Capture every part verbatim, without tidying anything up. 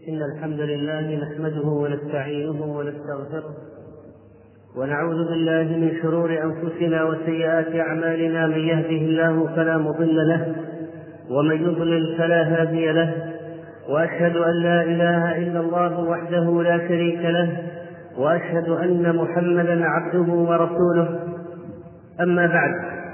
إن الحمد لله نحمده ونستعينه ونستغفره ونعوذ بالله من شرور أنفسنا وسيئات أعمالنا. من يهده الله فلا مضل له ومن يضلل فلا هادي له، وأشهد أن لا إله إلا الله وحده لا شريك له، وأشهد أن محمدا عبده ورسوله. أما بعد،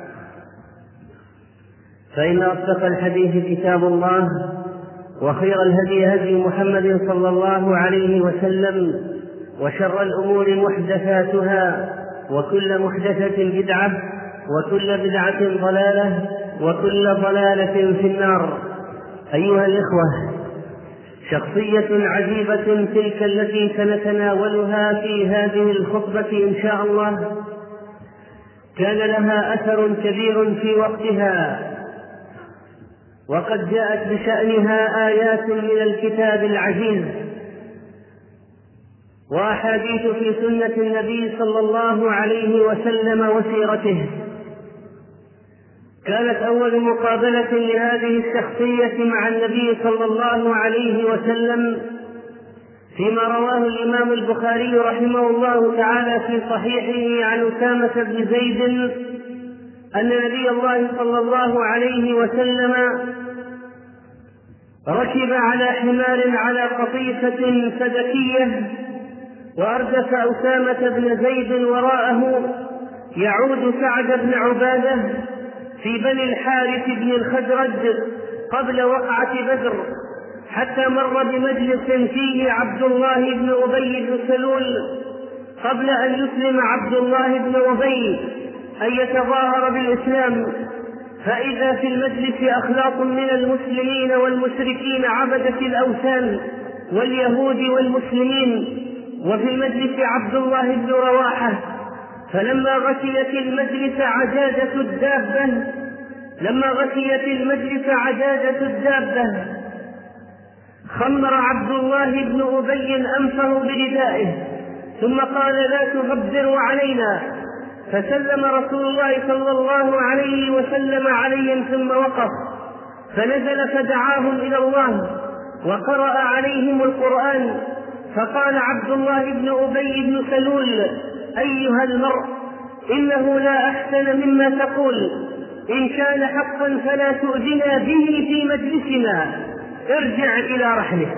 فإن أصدق الحديث كتاب الله، وخير الهدي هدي محمد صلى الله عليه وسلم، وشر الأمور محدثاتها، وكل محدثة بدعة، وكل بدعة ضلالة، وكل ضلالة في النار. أيها الإخوة، شخصية عجيبة تلك التي سنتناولها في هذه الخطبة إن شاء الله، كان لها أثر كبير في وقتها، وقد جاءت بشأنها آيات من الكتاب العزيز وأحاديث في سنة النبي صلى الله عليه وسلم وسيرته. كانت أول مقابلة لهذه الشخصية مع النبي صلى الله عليه وسلم فيما رواه الإمام البخاري رحمه الله تعالى في صحيحه عن أسامة بن زيد أن نبي الله صلى الله عليه وسلم ركب على حمار على قطيفة فدكية، وأردف أسامة بن زيد وراءه يعود سعد بن عبادة في بني الحارث بن الخزرج قبل وقعة بدر، حتى مر بمجلس فيه عبد الله بن أبي بن سلول قبل أن يسلم عبد الله بن أبي أن يتظاهر بالإسلام، فإذا في المجلس أخلاق من المسلمين والمشركين عبدة الأوثان واليهود والمسلمين، وفي المجلس عبد الله بن رواحة. فلما غشيت المجلس عجاجة الدابة لما غشيت المجلس عجاجة الدابة خمر عبد الله بن أبي أنفه بردائه، ثم قال: لا تغبروا علينا. فسلم رسول الله صلى الله عليه وسلم عليهم ثم وقف، فنزل فدعاهم إلى الله وقرأ عليهم القرآن. فقال عبد الله بن أبي بن سلول: أيها المرء، إنه لا أحسن مما تقول، إن كان حقا فلا تؤذنا به في مجلسنا، ارجع إلى رحلك.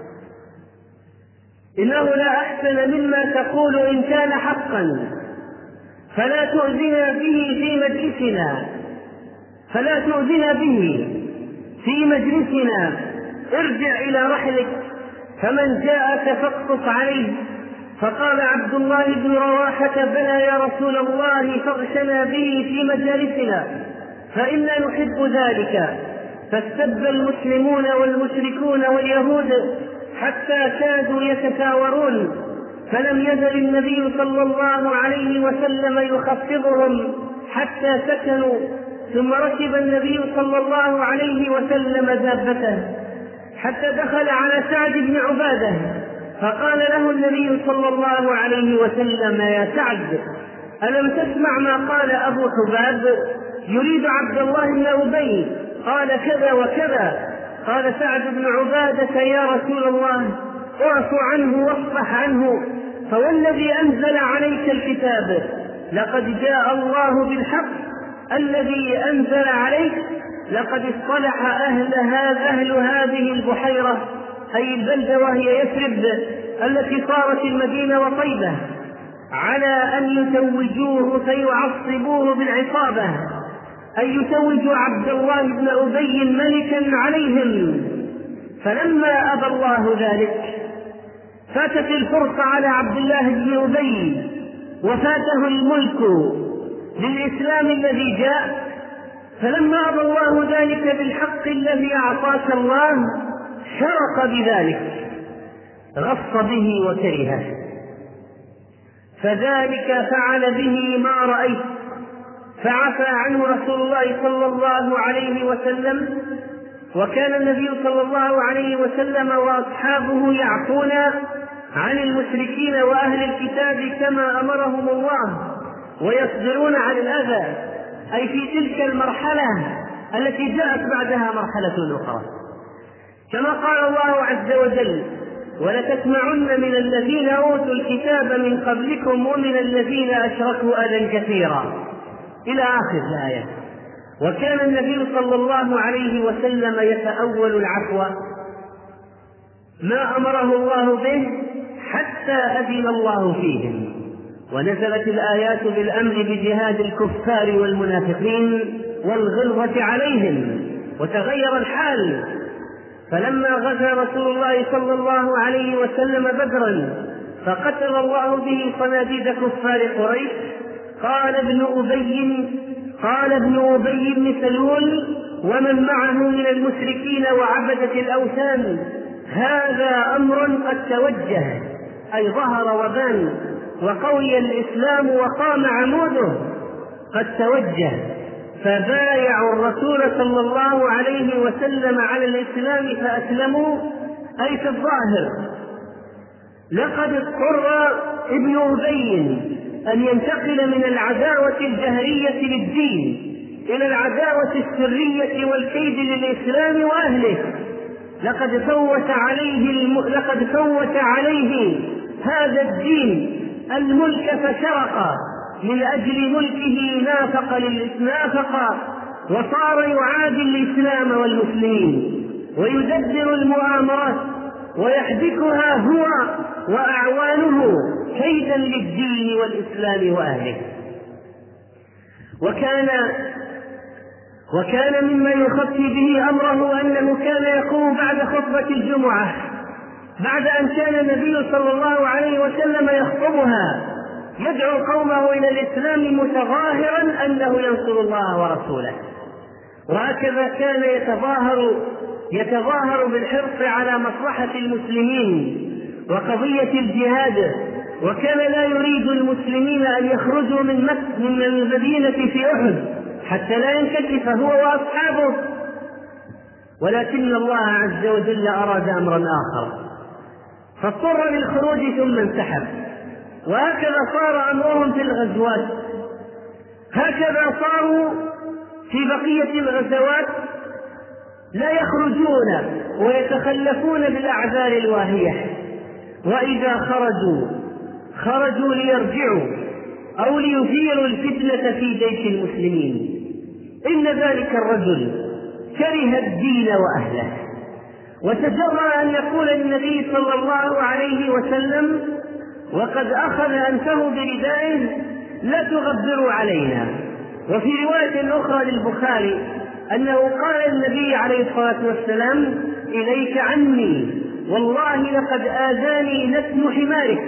إنه لا أحسن مما تقول إن كان حقا فلا تؤذنا به في مجلسنا فلا تؤذنا به في مجلسنا ارجع إلى رحلك، فمن جاءك فاقصص عليه. فقال عبد الله بن رواحة: بلى يا رسول الله، فاغشنا به في مجالسنا، فإنا نحب ذلك. فاستب المسلمون والمشركون واليهود حتى كادوا يتساورون، فلم يزل النبي صلى الله عليه وسلم يخفضهم حتى سكنوا، ثم ركب النبي صلى الله عليه وسلم دابته حتى دخل على سعد بن عبادة، فقال له النبي صلى الله عليه وسلم: يا سعد، ألم تسمع ما قال أبو حباب يريد عبد الله بن أبي؟ قال: كذا وكذا. قال سعد بن عبادة: يا رسول الله، اعف عنه واصفح عنه، فوالذي أنزل عليك الكتاب لقد جاء الله بالحق الذي أنزل عليك، لقد اصطلح أهل, أهل هذه البحيرة، أي البلدة وهي يثرب التي صارت المدينة وطيبة، على أن يتوجوه فيعصبوه بالعصابة، أن يتوجوا عبد الله بن أبي ملكا عليهم. فلما أبى الله ذلك فاتت الفرصة على عبد الله بن أبي، وفاته الملك للإسلام الذي جاء. فلما أبى الله ذلك بالحق الذي أعطاك الله شرق بذلك، غص به وكرهه، فذلك فعل به ما رأيت، فعفى عنه رسول الله صلى الله عليه وسلم. وكان النبي صلى الله عليه وسلم وأصحابه يعفون عن المشركين وأهل الكتاب كما أمرهم الله، ويصبرون عن الأذى، أي في تلك المرحلة التي جاءت بعدها مرحلة أخرى. كما قال الله عز وجل: ولتسمعن من الذين أوتوا الكتاب من قبلكم ومن الذين أشركوا أذى كثيرا إلى آخر الآية. وكان النبي صلى الله عليه وسلم يتأول العفو ما أمره الله به حتى أذن الله فيهم، ونزلت الآيات بالأمر بجهاد الكفار والمنافقين والغلظة عليهم، وتغير الحال. فلما غزا رسول الله صلى الله عليه وسلم بدرا فقتل الله به صناديد كفار قريش، قال ابن أبي قال ابن أبي بن سلول ومن معه من المشركين وعبدة الأوثان: هذا أمر قد توجه، أي ظهر وبان وقوي الإسلام وقام عموده، قد توجه. فبايعوا الرسول صلى الله عليه وسلم على الإسلام فأسلموا، أي في الظاهر. لقد اضطر ابن أبي أن ينتقل من العداوة الجهرية للدين إلى العداوة السرية والكيد للإسلام وأهله. لقد فوت عليه الم... لقد فوت عليه هذا الدين الملك فشرق، من أجل ملكه نافق نافق وصار يعادي الإسلام والمسلمين ويدبر المؤامرات ويحدثها هو وأعوانه كيدا للدين والإسلام وأهله. وكان وكان مما يخفي به أمره أنه كان يقوم بعد خطبة الجمعة بعد أن كان النبي صلى الله عليه وسلم يخطبها يدعو قومه إلى الإسلام متظاهرا أنه ينصر الله ورسوله. وهكذا كان يتظاهر يتظاهر بالحرص على مصلحة المسلمين وقضية الجهاد، وكان لا يريد المسلمين أن يخرجوا من من المدينة في أحد حتى لا ينكشف هو وأصحابه، ولكن الله عز وجل أراد أمرا آخر فاضطر للخروج ثم انسحب. وهكذا صار أمرهم في الغزوات، هكذا صاروا في بقية الغزوات لا يخرجون ويتخلفون بالأعذار الواهية، وإذا خرجوا خرجوا ليرجعوا أو ليثيروا الفتنة في جيش المسلمين. إن ذلك الرجل كره الدين وأهله، وتجرأ أن يقول للنبي صلى الله عليه وسلم وقد أخذ أنفه بردائه: لا تغبروا علينا. وفي رواية أخرى للبخاري أنه قال النبي عليه الصلاة والسلام: إليك عني، والله لقد آذاني نتن حمارك.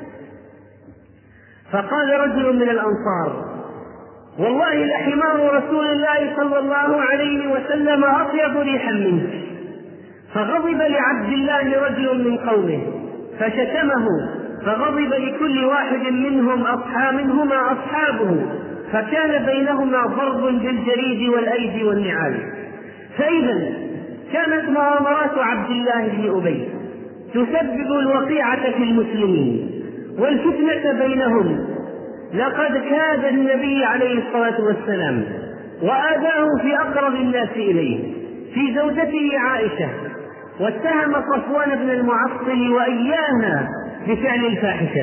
فقال رجل من الأنصار: والله لحمار رسول الله صلى الله عليه وسلم أطيب ريحا منك. فغضب لعبد الله رجل من قومه فشتمه، فغضب لكل واحد منهم أصحاب منهما أصحابه، فكان بينهما ضرب بالجريد والأيدي والنعال. فإذا كانت مؤامرات عبد الله بن أبي تسبب الوقيعة في المسلمين والفتنة بينهم. لقد كاد النبي عليه الصلاة والسلام وآذاه في أقرب الناس إليه في زوجته عائشة، واتهم صفوان بن المعطل وإياها بفعل الفاحشة،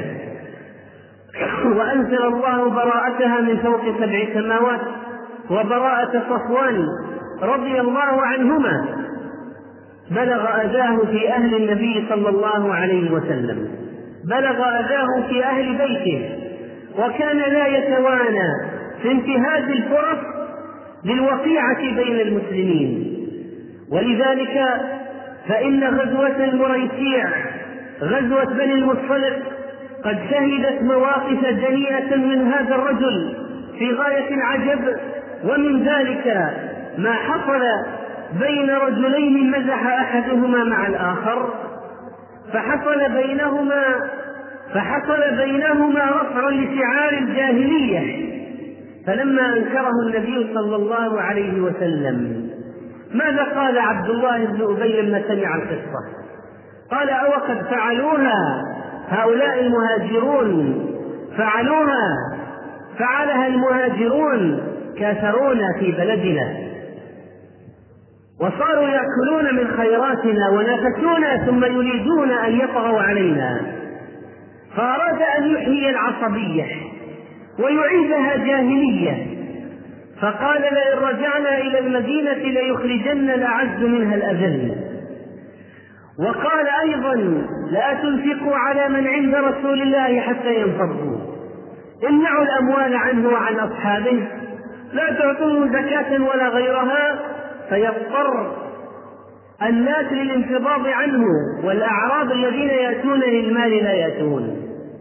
وأنزل الله براءتها من فوق سبع سماوات وبراءة صفوان رضي الله عنهما بلغ أذاه في أهل النبي صلى الله عليه وسلم، بلغ أذاه في أهل بيته، وكان لا يتوانى في انتهاز الفرص للوقيعة بين المسلمين. ولذلك فإن غزوة المريسيع غزوة بني المصطلق قد شهدت مواقف جنيئة من هذا الرجل في غاية العجب. ومن ذلك ما حصل بين رجلين مزح أحدهما مع الآخر، فحصل بينهما فحصل بينهما رفع لشعار الجاهلية. فلما أنكره النبي صلى الله عليه وسلم ماذا قال عبد الله بن أبي لما سمع القصة؟ قال: أو قد فعلوها هؤلاء المهاجرون، فعلوها فعلها المهاجرون كاثرونا في بلدنا. وصاروا يأكلون من خيراتنا ونافسونا ثم يريدون أن يطغوا علينا، فأراد أن يحيي العصبية ويعيدها جاهلية، فقال لئن رجعنا إلى المدينة ليخرجن الأعز منها الأذل. وقال أيضا لا تنفقوا على من عند رسول الله حتى ينفضوا، امنعوا الأموال عنه وعن أصحابه، لا تعطوه زكاة ولا غيرها فيضطر الناس للانفضاض عنه، والأعراب الذين يأتون للمال لا يأتون.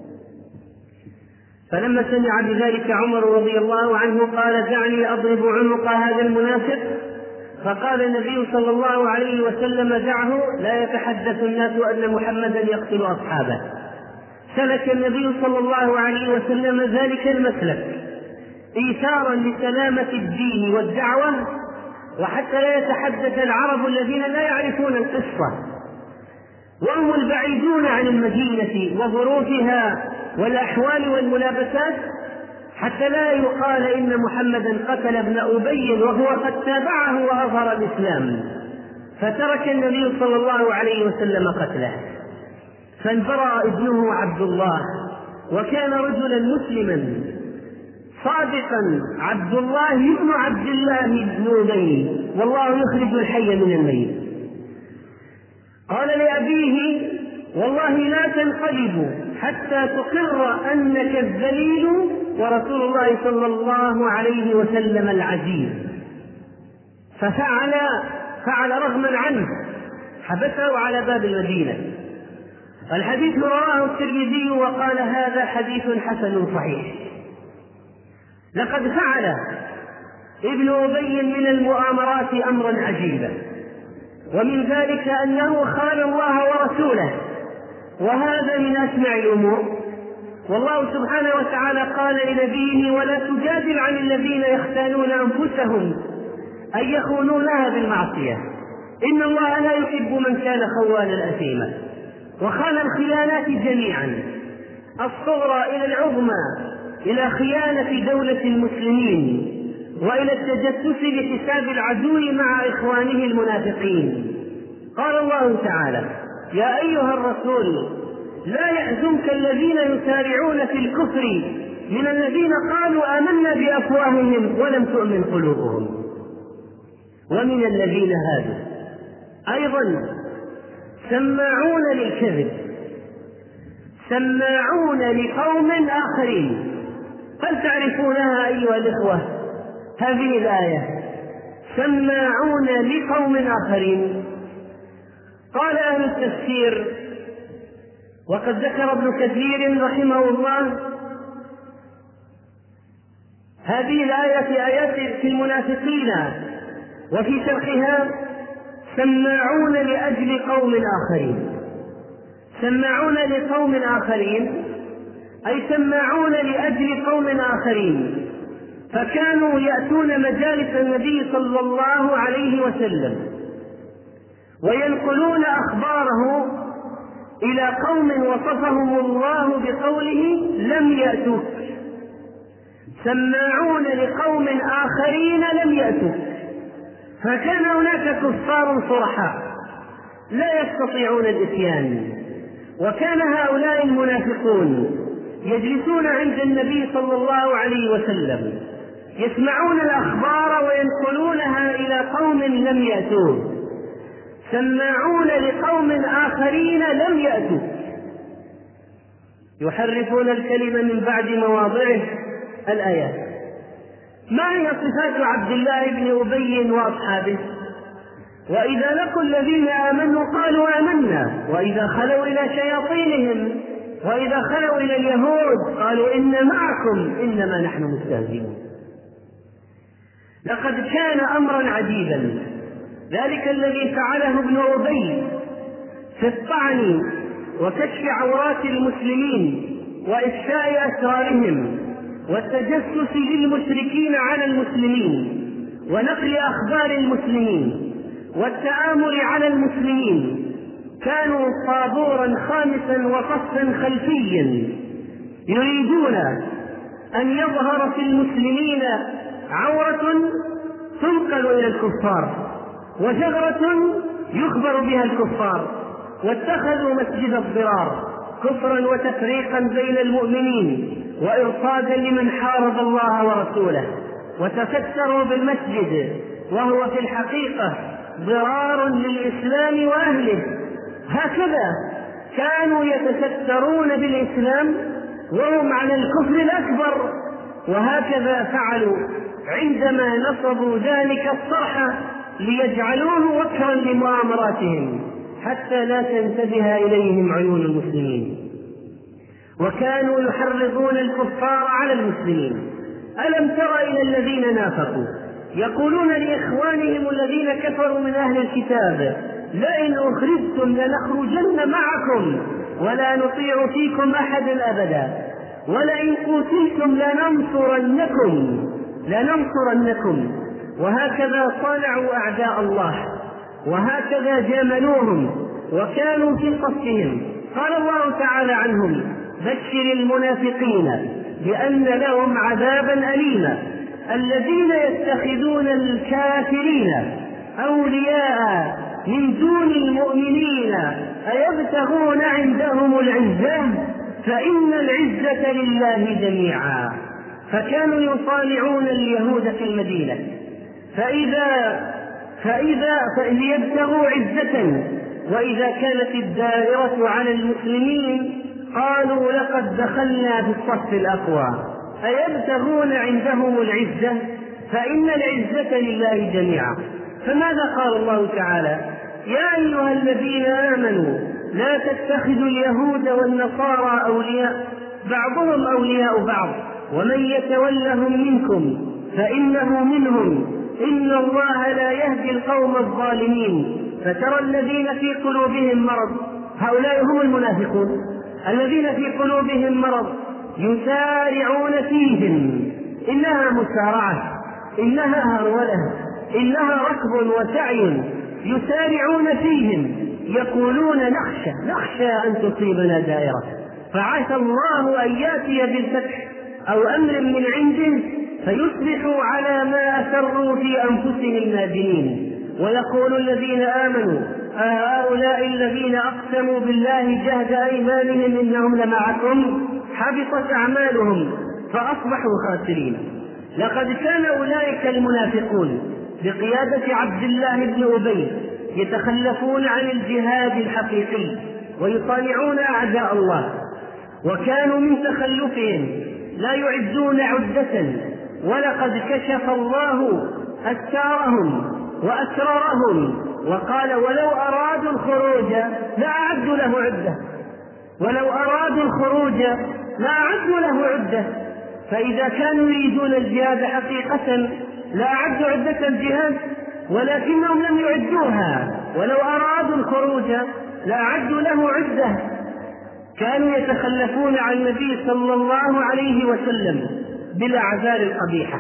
فلما سمع بذلك عمر رضي الله عنه قال دعني أضرب عنق هذا المنافق، فقال النبي صلى الله عليه وسلم دعه لا يتحدث الناس أن محمدا يقتل أصحابه. سلك النبي صلى الله عليه وسلم ذلك المسلك إيثارا لسلامة الدين والدعوة، وحتى لا يتحدث العرب الذين لا يعرفون القصة وهم البعيدون عن المدينة وظروفها والأحوال والملابسات، حتى لا يقال إن محمدا قتل ابن أبي وهو قد تابعه وأظهر الإسلام. فترك النبي صلى الله عليه وسلم قتله، فانبرأ ابنه عبد الله، وكان رجلا مسلما صادقا، عبد الله ابن عبد الله بن أبي، والله يخرج الحي من الميت. قال لأبيه والله لا تنقلب حتى تقر أنك الذليل ورسول الله صلى الله عليه وسلم العزيز. ففعل فعل رغما عنه، حبسه على باب المدينة. الحديث رواه الترمذي وقال هذا حديث حسن صحيح. لقد فعل ابن أبي من المؤامرات أمرا عجيبا، ومن ذلك أنه خان الله ورسوله، وهذا من أسمع الأمور. والله سبحانه وتعالى قال لنبيه ولا تجادل عن الذين يختانون أنفسهم أن يخونوا لها بالمعصية، إن الله لا يحب من كان خوانا أثيما. وخان الخيانات جميعا، الصغرى إلى العظمى، إلى خيانة دولة المسلمين، وإلى التجسس لحساب العدو مع إخوانه المنافقين. قال الله تعالى يا أيها الرسول لا يحزنك الذين يسارعون في الكفر من الذين قالوا آمنا بأفواههم ولم تؤمن قلوبهم ومن الذين هادوا أيضا سماعون للكذب سماعون لقوم آخرين. هل تعرفونها أيها الإخوة؟ هذه الآية سماعون لقوم آخرين. قال أهل التفسير وقد ذكر ابن كثير رحمه الله هذه الآية في آيات في المنافقين وفي شرحها سماعون لأجل قوم آخرين. سماعون لقوم آخرين أي سماعون لأجل قوم آخرين، فكانوا يأتون مجالس النبي صلى الله عليه وسلم وينقلون أخباره إلى قوم وصفهم الله بقوله لم يأتوك. سماعون لقوم آخرين لم يأتوك، فكان هناك كفار صرحاء لا يستطيعون الإتيان، وكان هؤلاء المنافقون يجلسون عند النبي صلى الله عليه وسلم يسمعون الأخبار وينقلونها إلى قوم لم يأتوه. سماعون لقوم آخرين لم يأتوا، يحرفون الكلمة من بعد مواضعه. الآيات. ما هي صفات عبد الله بن أبي وأصحابه؟ وإذا لقوا الذين آمنوا قالوا آمنا، وإذا خلوا إلى شياطينهم وإذا خلوا إلى اليهود قالوا إن معكم إنما نحن مستهزئون. لقد كان أمرا عجيبا ذلك الذي فعله ابن أبي في الطعن وكشف عورات المسلمين وإفشاء أسرارهم والتجسس للمشركين على المسلمين ونقل أخبار المسلمين والتآمر على المسلمين. كانوا طابورا خامسا وصفا خلفيا يريدون أن يظهر في المسلمين عورة تنقل إلى الكفار، وثغرة يخبر بها الكفار، واتخذوا مسجد الضرار كفرا وتفريقا بين المؤمنين وإرصادا لمن حارب الله ورسوله، وتستروا بالمسجد وهو في الحقيقة ضرار للإسلام وأهله. هكذا كانوا يتسترون بالإسلام وهم على الكفر الأكبر، وهكذا فعلوا عندما نصبوا ذلك الصرح ليجعلوه وكرا لمؤامراتهم حتى لا تنتبه إليهم عيون المسلمين. وكانوا يحرضون الكفار على المسلمين. ألم تر إلى الذين نافقوا يقولون لإخوانهم الذين كفروا من أهل الكتاب لئن أخرجتم لنخرجن معكم ولا نطيع فيكم أحدا أبدا ولئن قتلتم لننصرنكم لننصرنكم وهكذا صنعوا أعداء الله، وهكذا جاملوهم وكانوا في قصدهم. قال الله تعالى عنهم: بشر المنافقين بأن لهم عذابا أليما الذين يتخذون الكافرين أولياء من دون المؤمنين أيبتغون عندهم العزة فإن العزة لله جميعا. فكانوا يصانعون اليهود في المدينة فإذا فإذا فليبتغوا عزة، وإذا كانت الدائرة على المسلمين قالوا لقد دخلنا في الصف الأقوى أيبتغون عندهم العزة فإن العزة لله جميعا. فماذا قال الله تعالى؟ يا أيها الذين آمنوا لا تتخذوا اليهود والنصارى أولياء بعضهم أولياء بعض ومن يتولهم منكم فإنه منهم إن الله لا يهدي القوم الظالمين. فترى الذين في قلوبهم مرض، هؤلاء هم المنافقون، الذين في قلوبهم مرض يسارعون فيهم، إنها مسارعة، إنها هرولة، إنها ركض وسعي، يسارعون فيهم يقولون نخشى نخشى أن تصيبنا دائرة فعسى الله أن يأتي بالفتح أو أمر من عنده فيصبحوا على ما أسروا في أنفسهم نادمين. ويقول الذين آمنوا هؤلاء الذين أقسموا بالله جهد أيمانهم إنهم لمعكم حبطت أعمالهم فأصبحوا خاسرين. لقد كان أولئك المنافقون بقيادة عبد الله بن أبي يتخلفون عن الجهاد الحقيقي ويصانعون أعداء الله، وكانوا من تخلفهم لا يعدون عدة، ولقد كشف الله أستارهم وأسرارهم وقال ولو أرادوا الخروج لأعدوا له عدة ولو أرادوا الخروج لأعدوا له عدة. فإذا كانوا يريدون الجهاد حقيقة لأعدوا عدة الجهاد، ولكنهم لم يعدوها. ولو أرادوا الخروج لأعدوا له عدة. كانوا يتخلفون عن النبي صلى الله عليه وسلم بالأعذار القبيحة.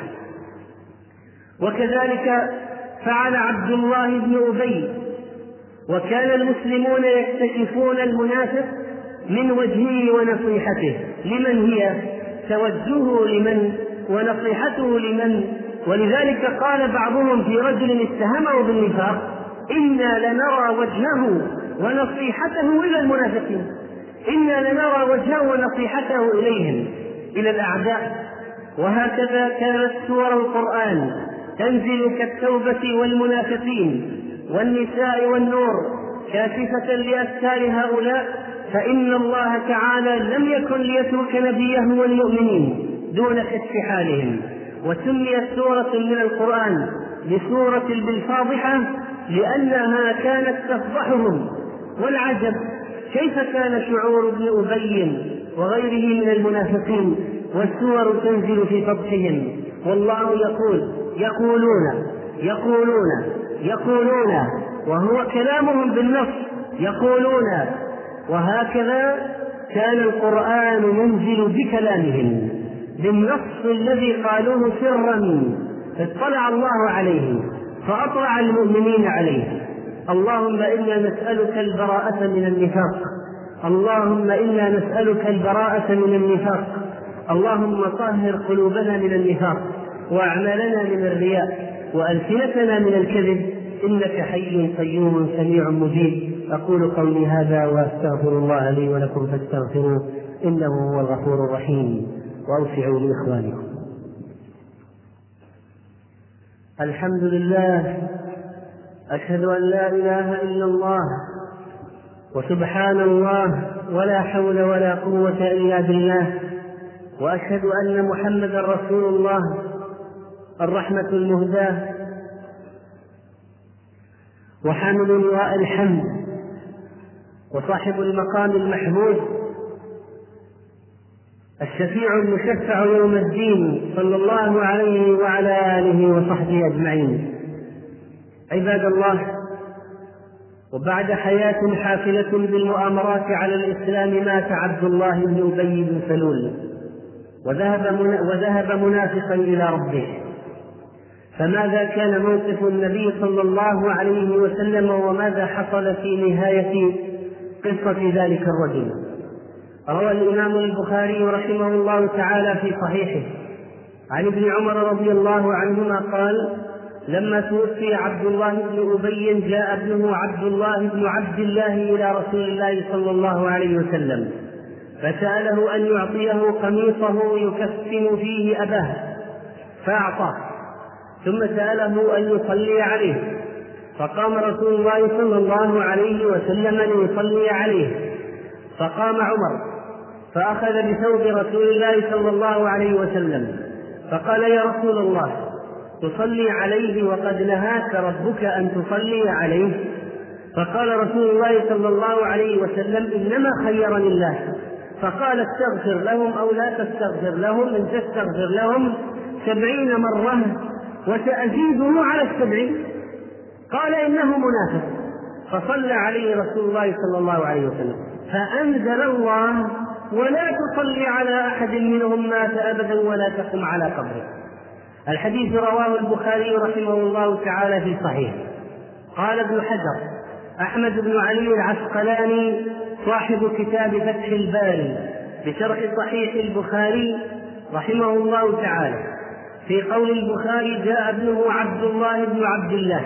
وكذلك فعل عبد الله بن أبي. وكان المسلمون يكتشفون المنافق من وجهه ونصيحته. لمن هي؟ توجهه لمن ونصيحته لمن؟ ولذلك قال بعضهم في رجل اتهمه بالنفاق: إنا لنرى وجهه ونصيحته إلى المنافقين، إنا لنرى وجهه ونصيحته إليهم، إلى الأعداء. وهكذا كانت سور القرآن تنزل كالتوبة والمنافقين والنساء والنور كاشفة لأستار هؤلاء. فإن الله تعالى لم يكن ليترك نبيه والمؤمنين دون كشف حالهم. وسميت سورة من القرآن بسورة بالفاضحة لأنها كانت تفضحهم. والعجب كيف كان شعور ابن أبي وغيره من المنافقين والسور تنزل في فضحهم. والله يقول يقولون يقولون يقولون وهو كلامهم بالنص يقولون. وهكذا كان القرآن ينزل بكلامهم بالنص الذي قالوه سرا، فاطلع الله عليه فأطلع المؤمنين عليه. اللهم إنا نسألك البراءة من النفاق، اللهم إنا نسألك البراءة من النفاق. اللهم طهر قلوبنا من النفاق وأعمالنا من الرياء وألسنتنا من الكذب إنك حي قيوم سميع مجيب. أقول قولي هذا وأستغفر الله لي ولكم فاستغفروه إنه هو الغفور الرحيم، وأوسعوا لإخوانكم. الحمد لله، أشهد أن لا إله إلا الله وسبحان الله ولا حول ولا قوة إلا بالله، وأشهد أن محمدا رسول الله الرحمة المهداة وحامل لواء الحمد وصاحب المقام المحمود الشفيع المشفع يوم الدين، صلى الله عليه وعلى آله وصحبه أجمعين. عباد الله، وبعد حياة حافلة بالمؤامرات على الإسلام مات عبد الله بن أبي بن سلول وذهب, وذهب منافقا إلى ربه. فماذا كان موقف النبي صلى الله عليه وسلم، وماذا حصل في نهاية قصة ذلك الرجل؟ روى الإمام البخاري رحمه الله تعالى في صحيحه عن ابن عمر رضي الله عنهما قال: لما توفي عبد الله بن أبي جاء ابنه عبد الله بن عبد الله إلى رسول الله صلى الله عليه وسلم فسأله أن يعطيه قميصه يكفن فيه أباه فأعطاه، ثم سأله أن يصلي عليه، فقام رسول الله صلى الله عليه وسلم ليصلي عليه، فقام عمر فأخذ بثوب رسول الله صلى الله عليه وسلم فقال: يا رسول الله، تصلي عليه وقد نهاك ربك أن تصلي عليه؟ فقال رسول الله صلى الله عليه وسلم: إنما خيرني الله، فقال: استغفر لهم أو لا تستغفر لهم، إن تستغفر لهم سبعين مرة وسأزيده على السبعين. قال: إنه منافق. فصلى عليه رسول الله صلى الله عليه وسلم، فأنزل الله: ولا تصلي على أحد منهم مات أبدا ولا تقم على قبره. الحديث رواه البخاري رحمه الله تعالى في صحيح. قال ابن حجر: أحمد بن علي العسقلاني صاحب كتاب فتح الباري بشرح صحيح البخاري رحمه الله تعالى في قول البخاري: جاء ابنه عبد الله بن عبد الله.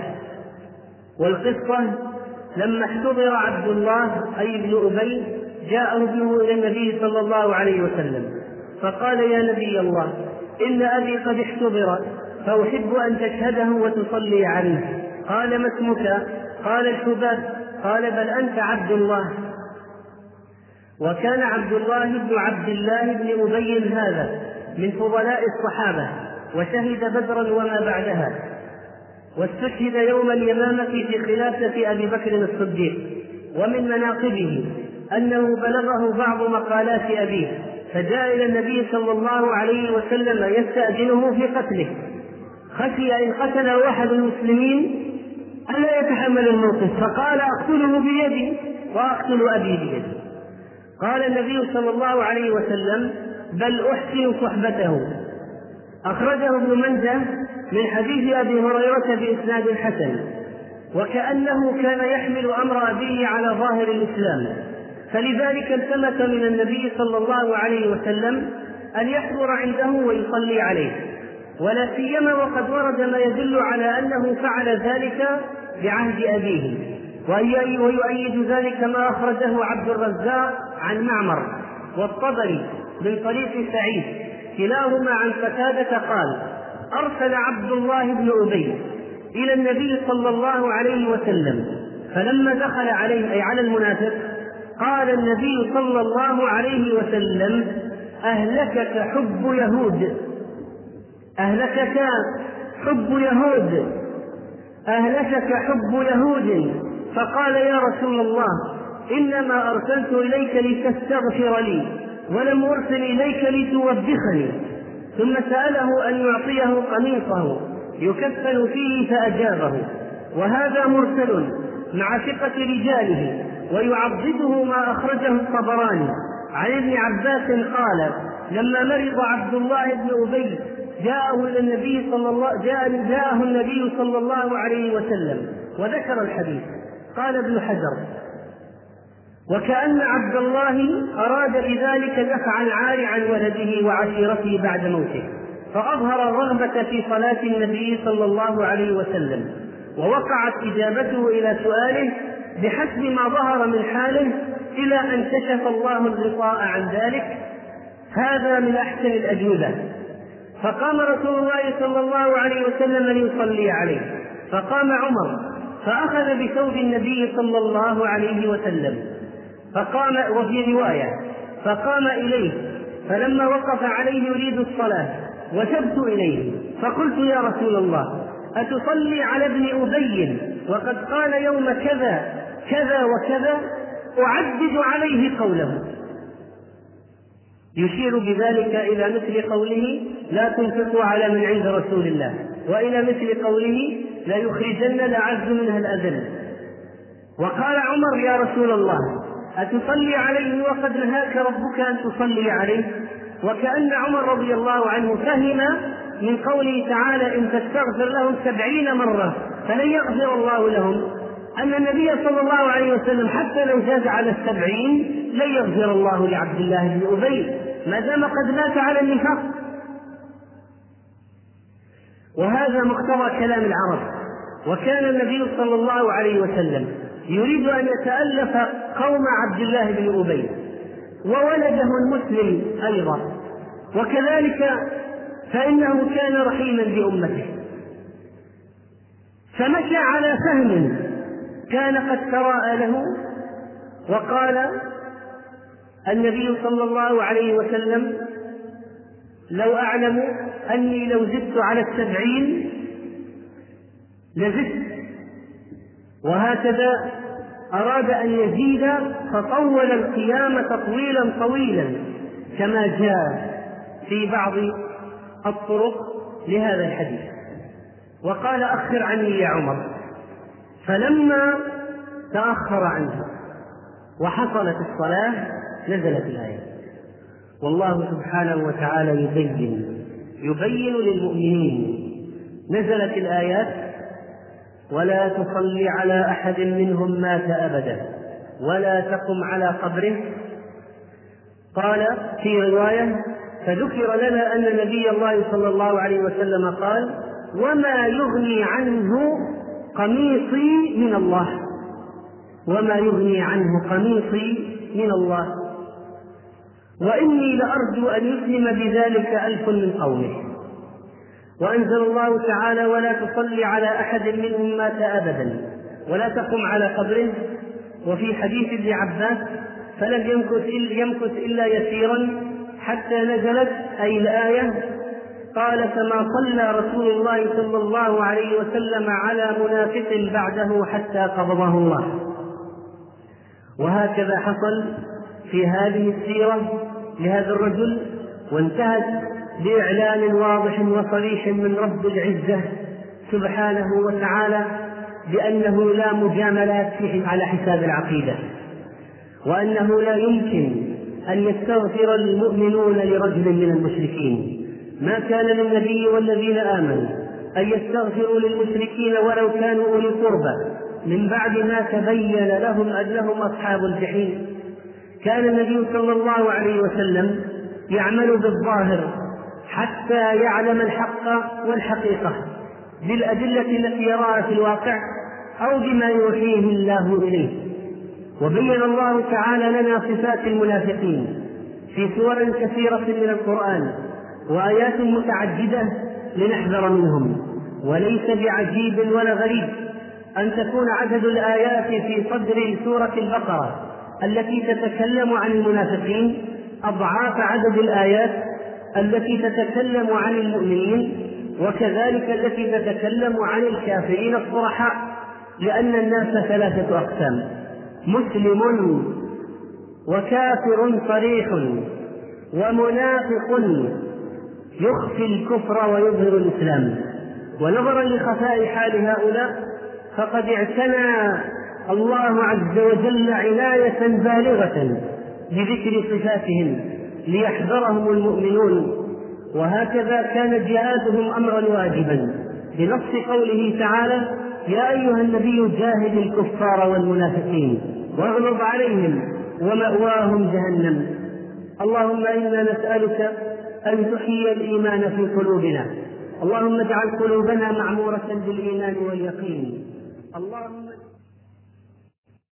والقصة: لما احتضر عبد الله أي ابن أبي جاء ابنه إلى النبي صلى الله عليه وسلم فقال: يا نبي الله، إن أبي قد احتضر فأحب أن تشهده وتصلي عليه. قال: ما اسمك؟ قال: الحباب. قال: بل أنت عبد الله. وكان عبد الله بن عبد الله بن أبي هذا من فضلاء الصحابة، وشهد بدرا وما بعدها، واستشهد يوم اليمامة في خلافة أبي بكر الصديق. ومن مناقبه أنه بلغه بعض مقالات أبيه فجاء إلى النبي صلى الله عليه وسلم يستأذنه في قتله، خشي إن قتل أحد المسلمين ألا يتحمل الموقف، فقال: أقتله بيدي وأقتل أبي بيدي. قال النبي صلى الله عليه وسلم: بل أحسن صحبته. أخرجه ابن مندة من حديث أبي هريرة بإسناد حسن. وكأنه كان يحمل أمر أبيه على ظاهر الإسلام، فلذلك التمس من النبي صلى الله عليه وسلم أن يحضر عنده ويصلي عليه، ولا سيما وقد ورد ما يدل على أنه فعل ذلك بعهد أبيه. ويؤيد ذلك ما أخرجه عبد الرزاق عن معمر والطبري من طريق سعيد كلاهما عن قتادة قال: أرسل عبد الله بن أبي إلى النبي صلى الله عليه وسلم، فلما دخل عليه أي على المنافق قال النبي صلى الله عليه وسلم: أهلكك حب يهود أهلكك حب يهود أهلكك حب يهود. فقال: يا رسول الله، إنما أرسلت إليك لتستغفر لي، ولم أرسل إليك لتوبخني. ثم سأله أن يعطيه قميصه يكفن فيه فأجابه. وهذا مرسل مع ثقة رجاله، ويعضده ما أخرجه الطبراني عن ابن عباس قال: لما مرض عبد الله بن أبي جاءه إلى النبي صلى الله جاء جاءه النبي صلى الله عليه وسلم وذكر الحديث. قال ابن حجر: وكأن عبد الله أراد بذلك دفع العار عن ولده وعشيرته بعد موته، فأظهر الرغبة في صلاة النبي صلى الله عليه وسلم، ووقعت إجابته إلى سؤاله بحسب ما ظهر من حاله إلى أن كشف الله الغطاء عن ذلك. هذا من أحسن الأجوبة. فقام رسول الله صلى الله عليه وسلم ليصلي عليه، فقام عمر فأخذ بثوب النبي صلى الله عليه وسلم فقام، وفي رواية فقام إليه، فلما وقف عليه يريد الصلاة وثبت إليه فقلت يا رسول الله أتصلي على ابن أبي وقد قال يوم كذا كذا وكذا؟ أعدد عليه قوله، يشير بذلك إلى مثل قوله لا تنفقوا على من عند رسول الله، وإلى مثل قوله لا يخرجن الأعز منها الأذل. وقال عمر يا رسول الله أتصلي عليه وقد نهاك ربك أن تصلي عليه؟ وكأن عمر رضي الله عنه فهم من قوله تعالى إن تستغفر لهم سبعين مرة فلن يغفر الله لهم أن النبي صلى الله عليه وسلم حتى لو زاد على السبعين لن يغفر الله لعبد الله بن أبي ما دام قد مات على النفاق. وهذا مقتضى كلام العرب. وكان النبي صلى الله عليه وسلم يريد أن يتألف قوم عبد الله بن أبي وولده المسلم أيضا، وكذلك فإنه كان رحيما بأمته، فمشى على فهم كان قد تراءى له. وقال النبي صلى الله عليه وسلم لو أعلم أني لو زدت على السبعين لزدت، وهكذا أراد أن يزيد فطول القيام تطويلا طويلا كما جاء في بعض الطرق لهذا الحديث. وقال أخر عني يا عمر، فلما تأخر عنه وحصلت الصلاة نزلت الآية. والله سبحانه وتعالى يبين يبين للمؤمنين. نزلت الآيات ولا تصلي على أحد منهم مات أبدا ولا تقم على قبره. قال في رواية فذكر لنا أن نبي الله صلى الله عليه وسلم قال وما يغني عنه قميصي من الله، وما يغني عنه قميصي من الله، وإني لأرجو أن يسلم بذلك ألف من قومه. وأنزل الله تعالى ولا تصلي على أحد منهم مات أبدا ولا تقم على قبره. وفي حديث ابن عباس فلم يمكث إلا يسيرا حتى نزلت أي الآية قال كما صلى رسول الله صلى الله عليه وسلم على منافق بعده حتى قبضه الله. وهكذا حصل في هذه السيرة لهذا الرجل، وانتهت بإعلان واضح وصريح من رب العزة سبحانه وتعالى بأنه لا مجاملات على حساب العقيدة، وأنه لا يمكن أن يستغفر المؤمنون لرجل من المشركين. ما كان للنبي والذين آمنوا أن يستغفروا للمشركين ولو كانوا أولي قربى من بعد ما تبين لهم أنهم أصحاب الجحيم. كان النبي صلى الله عليه وسلم يعمل بالظاهر حتى يعلم الحق والحقيقة بالأدلة التي يراها في الواقع أو بما يوحيه الله إليه. وبين الله تعالى لنا صفات المنافقين في سور كثيرة من القرآن وآيات متعددة لنحذر منهم. وليس بعجيب ولا غريب أن تكون عدد الآيات في صدر سورة البقرة التي تتكلم عن المنافقين أضعاف عدد الآيات التي تتكلم عن المؤمنين، وكذلك التي تتكلم عن الكافرين الصرحاء، لأن الناس ثلاثة أقسام: مسلم وكافر صريح ومنافق يخفي الكفر ويظهر الإسلام. ونظرا لخفاء حال هؤلاء فقد اعتنى الله عز وجل عناية بالغة بذكر صفاتهم ليحذرهم المؤمنون. وهكذا كان جهادهم أمرا واجبا بنص قوله تعالى: يا أيها النبي جاهد الكفار والمنافقين واغلظ عليهم ومأواهم جهنم. اللهم إنا نسألك أن تحيي الإيمان في قلوبنا اللهم اجعل قلوبنا معمورة بالإيمان واليقين. اللهم